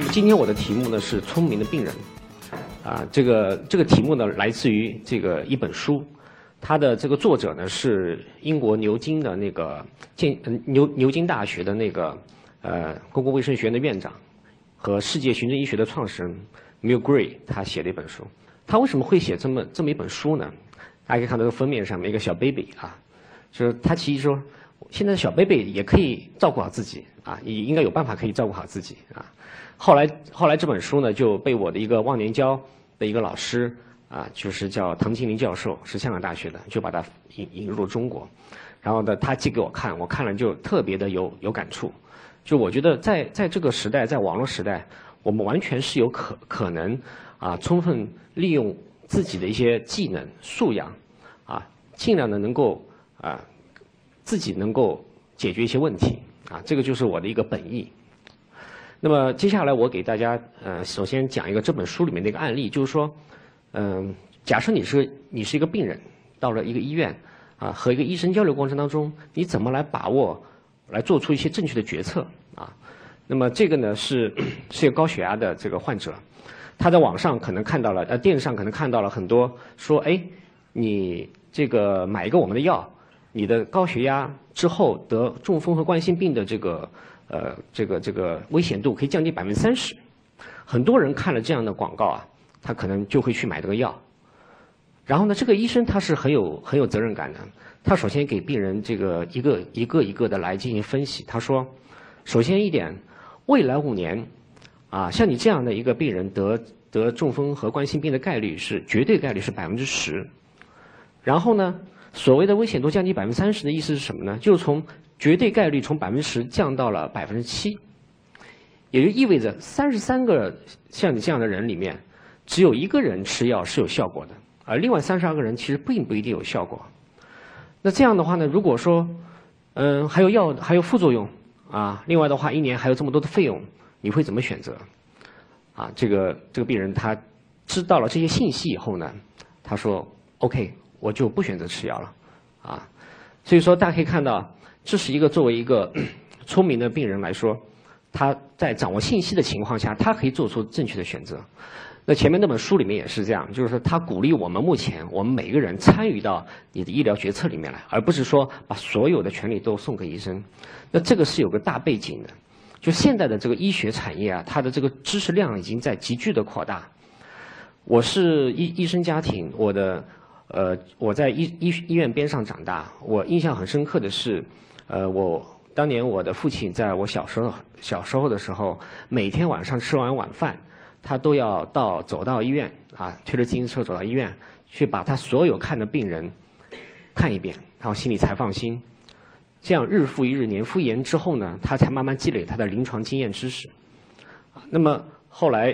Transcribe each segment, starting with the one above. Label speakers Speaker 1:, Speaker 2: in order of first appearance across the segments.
Speaker 1: 今天我的题目呢是聪明的病人，这个题目呢来自于一本书，它的这个作者呢是英国牛津的牛津大学的公共卫生学院的院长和世界循证医学的创始人 Neil Gray 他写的一本书。他为什么会写这么一本书呢？大家可以看到这个封面上面一个小 baby 就是他其实说，现在的小 baby 也可以照顾好自己也应该有办法可以照顾好自己后来这本书呢就被我的一个忘年交的一个老师就是叫唐金林教授，是香港大学的，就把它引入中国。然后呢，他寄给我看，我看了就特别的有感触。就我觉得在这个时代，在网络时代，我们完全是有可能充分利用自己的一些技能素养尽量的能够自己能够解决一些问题这个就是我的一个本意。那么接下来我给大家首先讲一个这本书里面的一个案例，就是说假设你是一个病人，到了一个医院和一个医生交流过程当中，你怎么来把握来做出一些正确的决策那么这个呢是一个高血压的这个患者，他在网上可能看到了电视上可能看到了很多说你这个买一个我们的药，你的高血压之后得中风和冠心病的这个危险度可以降低30%。很多人看了这样的广告他可能就会去买这个药。然后呢，这个医生他是很有责任感的。他首先给病人一个的来进行分析。他说，首先一点，未来5年像你这样的一个病人得中风和冠心病的绝对概率是10%。然后呢，所谓的危险度降低30%的意思是什么呢？就是从绝对概率从10%降到了7%，也就意味着33个像你这样的人里面，只有1个人吃药是有效果的，而另外32个人其实并不一定有效果。那这样的话呢，如果说还有副作用另外的话1年还有这么多的费用，你会怎么选择？这个病人他知道了这些信息以后呢，他说 OK， 我就不选择吃药了所以说大家可以看到，这是作为一个聪明的病人来说，他在掌握信息的情况下，他可以做出正确的选择。那前面那本书里面也是这样，就是说他鼓励我们每一个人参与到你的医疗决策里面来，而不是说把所有的权利都送给医生。那这个是有个大背景的，就现在的这个医学产业它的这个知识量已经在急剧的扩大。我是医生家庭，我在医院边上长大，我印象很深刻的是，当年我的父亲在我小时候的时候，每天晚上吃完晚饭，他都要走到医院推着自行车走到医院去把他所有看的病人看一遍，然后心里才放心。这样日复一日，年复一年之后呢，他才慢慢积累他的临床经验知识。那么后来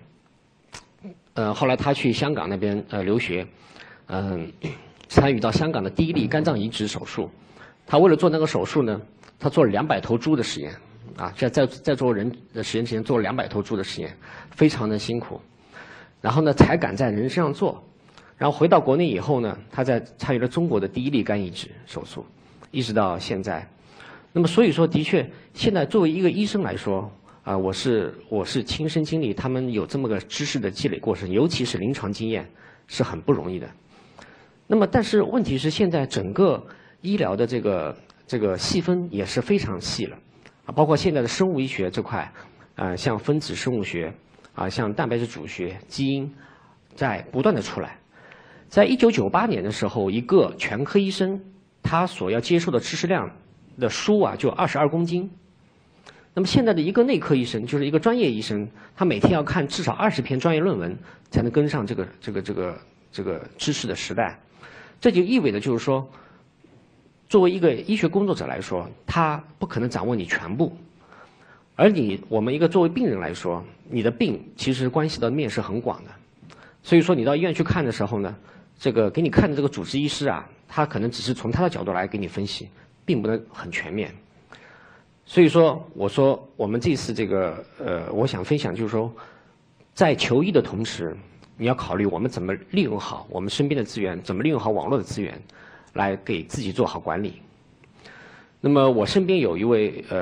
Speaker 1: 他去香港那边留学，参与到香港的第一例肝脏移植手术。他为了做那个手术呢，他做了200头猪的实验在做人的实验之前做了200头猪的实验，非常的辛苦。然后呢，才敢在人身上做。然后回到国内以后呢，他参与了中国的第一例肝移植手术，一直到现在。那么所以说，的确，现在作为一个医生来说我是亲身经历他们有这么个知识的积累过程，尤其是临床经验是很不容易的。那么但是问题是，现在整个医疗的这个细分也是非常细了包括现在的生物医学这块像分子生物学像蛋白质组学、基因在不断的出来。在1998年的时候，一个全科医生他所要接受的知识量的书就22公斤。那么现在的一个内科医生，就是一个专业医生，他每天要看至少20篇专业论文，才能跟上这个知识的时代。这就意味着就是说，作为一个医学工作者来说，他不可能掌握你全部，而我们作为病人来说，你的病其实关系到面是很广的。所以说你到医院去看的时候呢，给你看的这个主治医师他可能只是从他的角度来给你分析，并不能很全面。所以说，我说我们这次我想分享就是说，在求医的同时，你要考虑我们怎么利用好我们身边的资源，怎么利用好网络的资源，来给自己做好管理。那么我身边有一位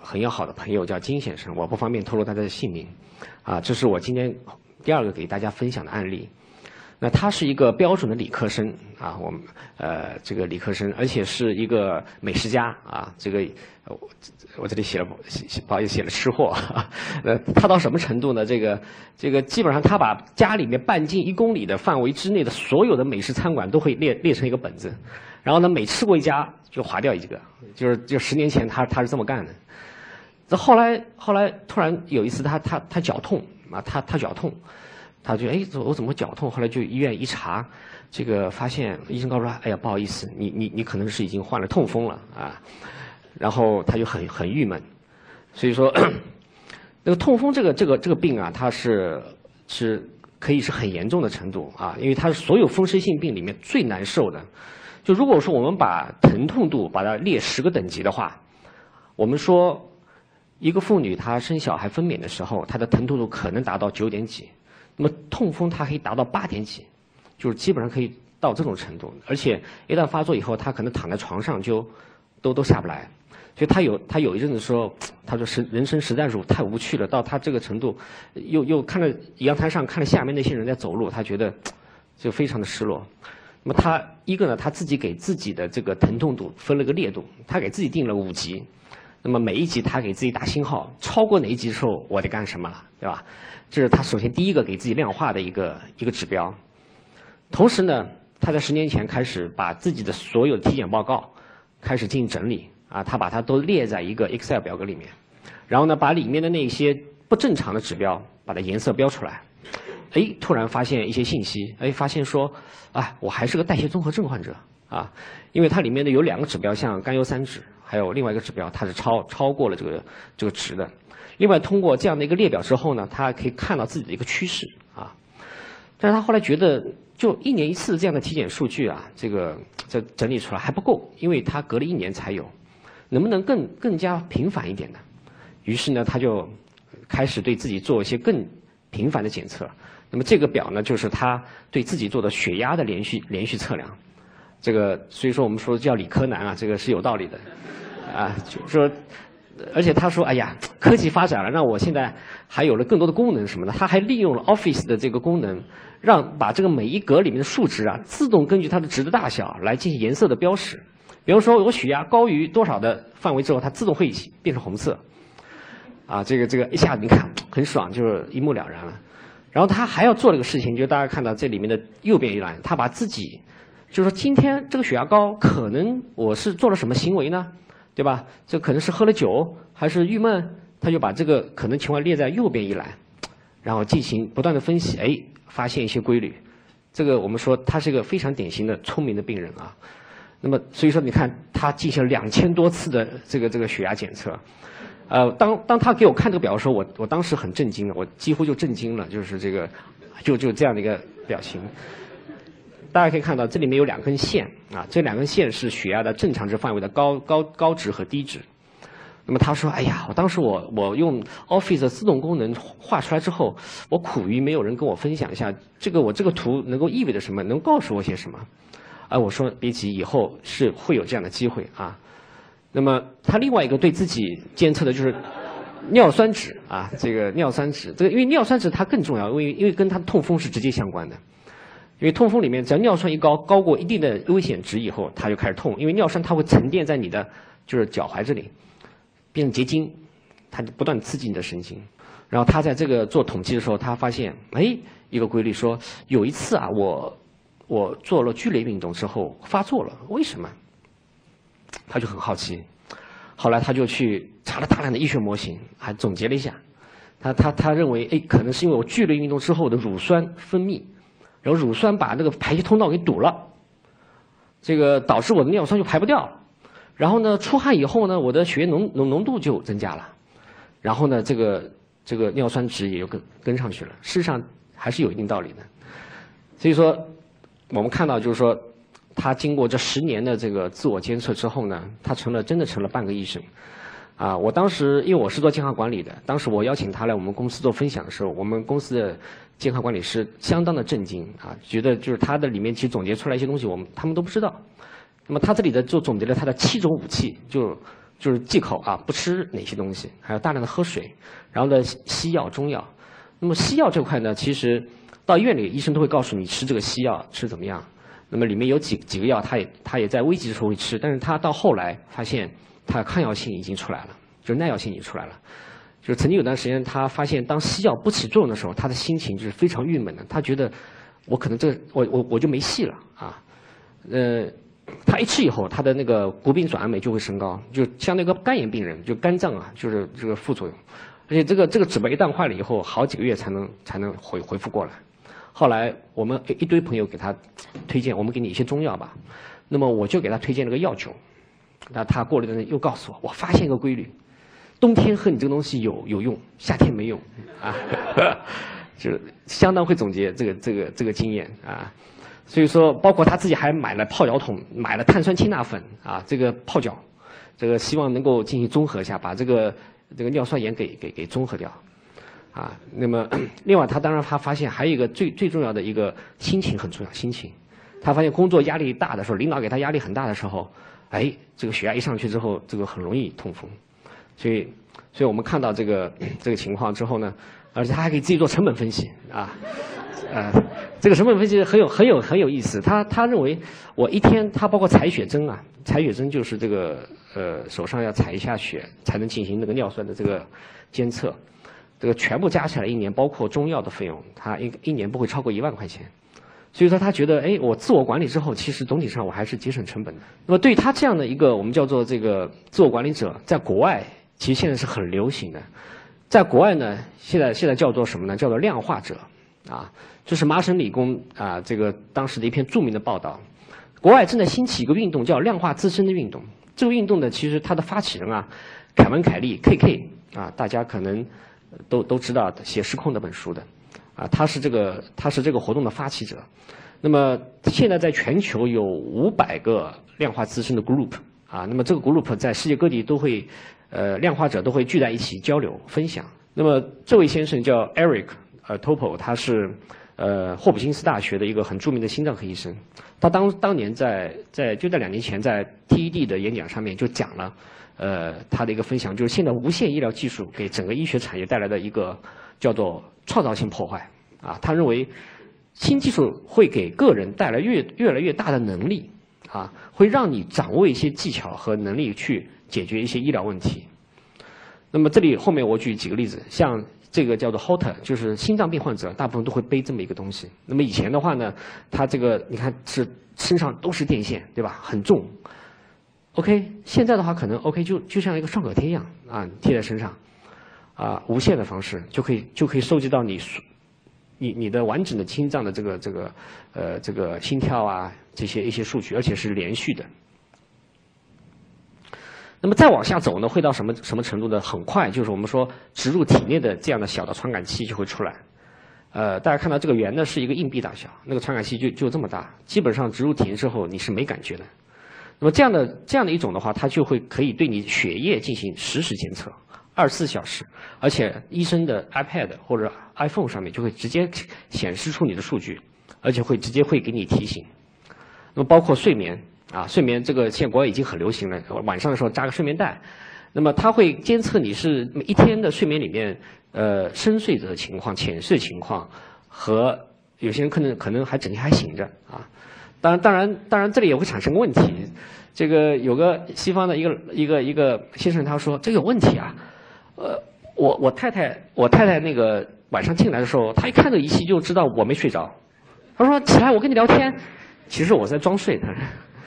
Speaker 1: 很要好的朋友叫金先生，我不方便透露他的姓名。这是我今天第2个给大家分享的案例。那他是一个标准的理科生我们这个理科生，而且是一个美食家这个我这里写了不好意思写了吃货他到什么程度呢？这个基本上他把家里面半径1公里的范围之内的所有的美食餐馆都会列成一个本子，然后呢每吃过一家就划掉一个，就10年前他是这么干的。这后来突然有一次他脚痛他脚痛。他就我怎么会脚痛？后来就医院一查，这个发现医生告诉他，哎呀，不好意思，你可能是已经患了痛风了然后他就很郁闷，所以说那个痛风这个病它是可以是很严重的程度因为它是所有风湿性病里面最难受的。就如果说我们把疼痛度把它列10个等级的话，我们说一个妇女她生小孩分娩的时候，她的疼痛度可能达到9点几。那么痛风它可以达到8点几，就是基本上可以到这种程度，而且一旦发作以后，他可能躺在床上就都下不来。所以他有一阵子说，他说人生实在是太无趣了，到他这个程度，又看着阳台上看着下面那些人在走路，他觉得就非常的失落。那么他一个呢，他自己给自己的这个疼痛度分了个烈度，他给自己定了5级。那么每一级他给自己打星号，超过哪一级之后我得干什么了，对吧？这是他首先第一个给自己量化的一个指标。同时呢，他在10年前开始把自己的所有体检报告开始进行整理他把它都列在一个 Excel 表格里面，然后呢，把里面的那些不正常的指标把它颜色标出来。突然发现一些信息，发现说，我还是个代谢综合症患者因为它里面的有2个指标，像甘油三酯，还有另外一个指标，它是超过了这个值的。另外，通过这样的一个列表之后呢，他可以看到自己的一个趋势但是他后来觉得，就1年1次这样的体检数据这整理出来还不够，因为他隔了1年才有，能不能更加频繁一点呢？于是呢，他就开始对自己做一些更频繁的检测。那么这个表呢，就是他对自己做的血压的连续测量。这个所以说我们说叫理科男这个是有道理的就是说。而且他说：“哎呀，科技发展了，让我现在还有了更多的功能什么的。他还利用了 Office 的这个功能，把这个每一格里面的数值自动根据它的值的大小来进行颜色的标识。比如说，我血压高于多少的范围之后，它自动会变成红色。这个一下子你看很爽，就是一目了然了。然后他还要做了一个事情，就大家看到这里面的右边一栏，他把自己就是说今天这个血压高，可能我是做了什么行为呢？”对吧？这可能是喝了酒，还是郁闷？他就把这个可能情况列在右边一栏，然后进行不断的分析，发现一些规律。这个我们说他是一个非常典型的聪明的病人那么所以说，你看他进行了2000多次的这个血压检测。当他给我看这个表的时候，我当时很震惊了，我几乎就震惊了，就是这个就这样的一个表情。大家可以看到，这里面有2根线这2根线是血压的正常值范围的高值和低值。那么他说：“哎呀，当时我用 Office 的自动功能画出来之后，我苦于没有人跟我分享一下我这个图能够意味着什么，能告诉我些什么。”我说别急，以后是会有这样的机会那么他另外一个对自己监测的就是尿酸值这个尿酸值，因为尿酸值它更重要，因为跟他的痛风是直接相关的。因为痛风里面，只要尿酸一高过一定的危险值以后，它就开始痛。因为尿酸它会沉淀在你的就是脚踝这里，变成结晶，它就不断刺激你的神经。然后他在这个做统计的时候，他发现一个规律，说有一次我做了剧烈运动之后发作了，为什么？他就很好奇。后来他就去查了大量的医学模型，还总结了一下，他认为可能是因为我剧烈运动之后的乳酸分泌。然后乳酸把那个排泄通道给堵了，这个导致我的尿酸就排不掉。然后呢，出汗以后呢，我的血液浓度就增加了。然后呢，这个尿酸值也就跟上去了。事实上还是有一定道理的。所以说，我们看到就是说，他经过这10年的这个自我监测之后呢，他真的成了半个医生。我当时因为我是做健康管理的，当时我邀请他来我们公司做分享的时候，我们公司的健康管理师相当的震惊觉得就是他的里面其实总结出来一些东西，他们都不知道。那么他这里就总结了他的7种武器，就就是忌口啊，不吃哪些东西，还要大量的喝水，然后呢，西药、中药。那么西药这块呢，其实到医院里，医生都会告诉你吃这个西药吃怎么样。那么里面有几个药，他也在危急的时候会吃，但是他到后来发现，他抗药性已经出来了，就是耐药性已经出来了。就是曾经有段时间，他发现当西药不起作用的时候，他的心情就是非常郁闷的。他觉得我可能我就没戏了啊。他一吃以后，他的那个谷丙转氨酶就会升高，就像那个肝炎病人，就肝脏啊，就是这个副作用。而且这个指标一旦坏了以后，好几个月才能恢复过来。后来我们一堆朋友给他推荐，我们给你一些中药吧。那么我就给他推荐了个药酒。那他过了一段时间又告诉我发现一个规律，冬天喝你这个东西有用，夏天没用啊。就是相当会总结这个经验啊。所以说，包括他自己还买了泡脚桶，买了碳酸氢钠粉啊，这个泡脚，这个希望能够进行综合一下，把这个尿酸盐给综合掉，啊，那么另外他当然他发现还有一个最重要的一个心情很重要，心情，他发现工作压力大的时候，领导给他压力很大的时候，哎，这个血压一上去之后，这个很容易痛风，所以我们看到这个情况之后呢，而且他还可以自己做成本分析啊。这个成本分析很有意思。他认为我一天，他包括采血针啊，采血针就是这个手上要采一下血才能进行那个尿酸的这个监测，这个全部加起来一年，包括中药的费用，他一年不会超过1万块钱。所以说他觉得，哎，我自我管理之后，其实总体上我还是节省成本的。那么对于他这样的一个我们叫做这个自我管理者，在国外其实现在是很流行的。在国外呢，现在叫做什么呢？叫做量化者。啊，这是麻省理工啊，这个当时的一篇著名的报道。国外正在兴起一个运动，叫量化自身的运动。这个运动呢，其实它的发起人啊，凯文·凯利 （KK） 啊，大家可能都知道写《失控》那本书的啊，他是这个活动的发起者。那么现在在全球有500个量化自身的 group 啊，那么这个 group 在世界各地都会量化者都会聚在一起交流分享。那么这位先生叫 Eric。Topol 他是霍普金斯大学的一个很著名的心脏科医生，他当年在2年前在 TED 的演讲上面就讲了他的一个分享，就是现在无线医疗技术给整个医学产业带来的一个叫做创造性破坏啊。他认为新技术会给个人带来越来越大的能力啊，会让你掌握一些技巧和能力去解决一些医疗问题。那么这里后面我举几个例子，像这个叫做 Holter， 就是心脏病患者大部分都会背这么一个东西。那么以前的话呢，他这个你看是身上都是电线，对吧？很重。OK， 现在的话可能 OK 就像一个创可贴一样啊，贴在身上，啊，无线的方式就可以收集到你的完整的心脏的这个心跳啊一些数据，而且是连续的。那么再往下走呢，会到什么程度呢？很快，就是我们说植入体内的这样的小的传感器就会出来。大家看到这个圆呢是一个硬币大小，那个传感器就这么大，基本上植入体内之后你是没感觉的。那么这样的一种的话，它就会可以对你血液进行实时监测，24小时，而且医生的 iPad 或者 iPhone 上面就会直接显示出你的数据，而且会直接给你提醒。那么包括睡眠。啊，睡眠这个现在国外已经很流行了，晚上的时候扎个睡眠带，那么它会监测你是每一天的睡眠里面，深睡的情况、浅睡情况，和有些人可能还整天还醒着啊。当然这里也会产生个问题，这个有个西方的一个先生他说这个有问题啊，我太太那个晚上进来的时候，她一看这个仪器就知道我没睡着，她说起来我跟你聊天，其实我在装睡的。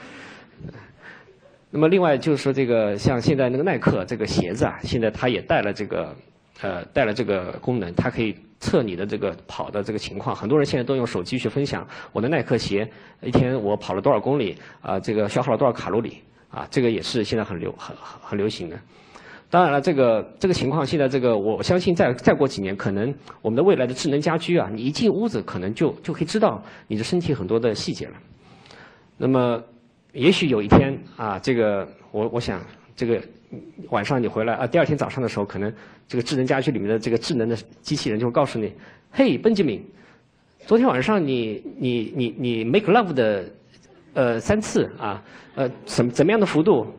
Speaker 1: 那么另外就是说这个像现在那个耐克这个鞋子啊，现在它也带了这个功能，它可以测你的这个跑的这个情况。很多人现在都用手机去分享我的耐克鞋一天我跑了多少公里啊，这个消耗了多少卡路里啊，这个也是现在很流行的。当然了，这个情况现在这个我相信再过几年，可能我们的未来的智能家居啊，你一进屋子可能就可以知道你的身体很多的细节了。那么也许有一天啊，这个我想这个晚上你回来啊，第二天早上的时候，可能这个智能家居里面的这个智能的机器人就会告诉你，嘿，Benjamin，昨天晚上你 make love 的3次啊，怎么样的幅度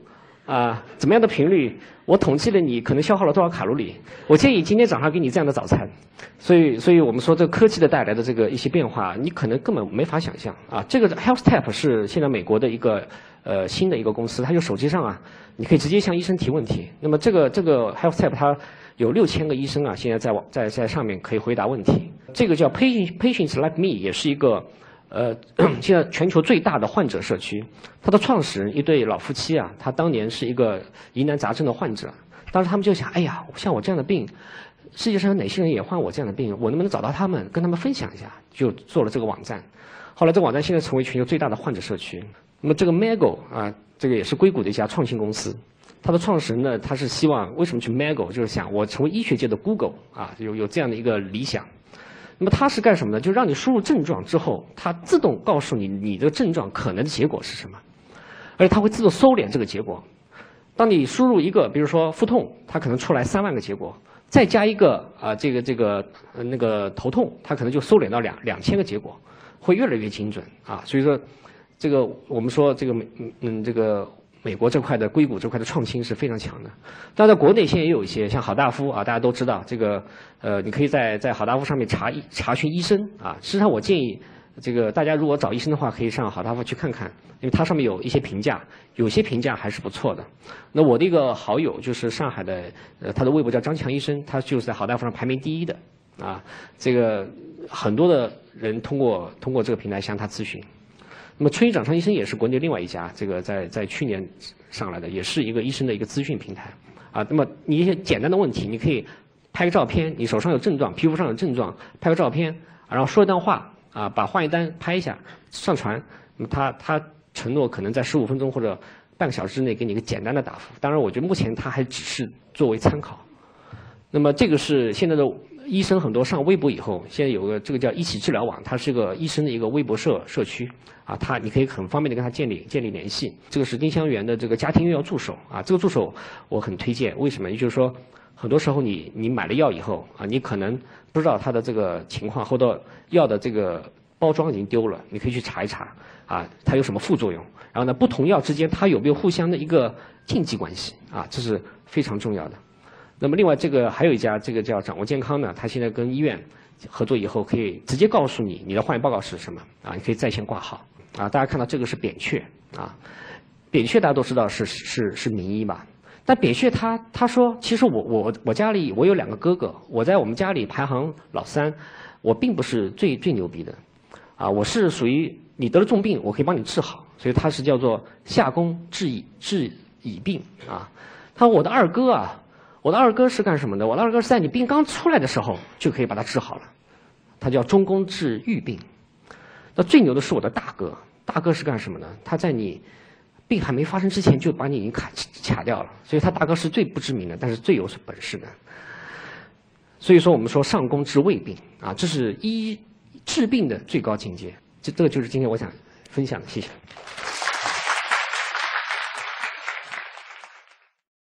Speaker 1: 怎么样的频率，我统计了你可能消耗了多少卡路里，我建议今天早上给你这样的早餐。所以我们说这个科技的带来的这个一些变化，你可能根本没法想象啊。这个 HealthTap 是现在美国的一个新的一个公司，它就手机上啊，你可以直接向医生提问题。那么这个 HealthTap 它有6000个医生啊，现在在上面可以回答问题。这个叫 Patients Like Me 也是一个现在全球最大的患者社区。它的创始人一对老夫妻啊，他当年是一个疑难杂症的患者，当时他们就想，哎呀，像我这样的病，世界上有哪些人也患我这样的病，我能不能找到他们，跟他们分享一下，就做了这个网站。后来这个网站现在成为全球最大的患者社区。那么这个 Mago 啊，这个也是硅谷的一家创新公司。它的创始人呢，他是希望为什么去 Mago， 就是想我成为医学界的 Google 啊，有这样的一个理想。那么它是干什么呢？就让你输入症状之后，它自动告诉你你的症状可能的结果是什么，而且它会自动收敛这个结果。当你输入一个，比如说腹痛，它可能出来3万个结果，再加一个那个头痛，它可能就收敛到2000个结果，会越来越精准啊。所以说，这个我们说这个这个美国这块的硅谷这块的创新是非常强的。当然，在国内现在也有一些像好大夫啊，大家都知道这个你可以在好大夫上面查询医生啊。实际上，我建议这个大家如果找医生的话，可以上好大夫去看看，因为它上面有一些评价，有些评价还是不错的。那我的一个好友就是上海的，他的微博叫张强医生，他就是在好大夫上排名第1的啊。这个很多的人通过这个平台向他咨询。那么春雨掌上医生也是国内另外一家，这个在去年上来的，也是一个医生的一个资讯平台啊。那么你一些简单的问题，你可以拍个照片，你手上有症状，皮肤上有症状，拍个照片，然后说一段话啊，把化验单拍一下上传。那么他承诺可能在15分钟或者半个小时之内给你一个简单的答复。当然，我觉得目前他还只是作为参考。那么这个是现在的医生很多上微博以后，现在有个这个叫一起治疗网，它是个医生的一个微博社区啊，你可以很方便的跟他建立联系。这个是丁香园的这个家庭用药助手啊，这个助手我很推荐，为什么？也就是说，很多时候你买了药以后啊，你可能不知道它的这个情况，或者药的这个包装已经丢了，你可以去查一查啊，它有什么副作用，然后呢，不同药之间它有没有互相的一个禁忌关系啊，这是非常重要的。那么另外这个还有一家这个叫掌握健康呢，它现在跟医院合作以后，可以直接告诉你的化验报告是什么啊，你可以在线挂号啊。大家看到这个是扁鹊啊，扁鹊大家都知道是名医吧？但扁鹊他说，其实我家里我有2个哥哥，我在我们家里排行老3，我并不是最牛逼的啊，我是属于你得了重病，我可以帮你治好，所以他是叫做下工治已病啊。他说我的二哥是干什么的？我的二哥是在你病刚出来的时候就可以把它治好了，他叫中宫治预病。那最牛的是我的大哥是干什么呢？他在你病还没发生之前就把你已经卡掉了，所以他大哥是最不知名的，但是最有本事的。所以说我们说上工治未病啊，这是治病的最高境界。这个就是今天我想分享的，谢谢。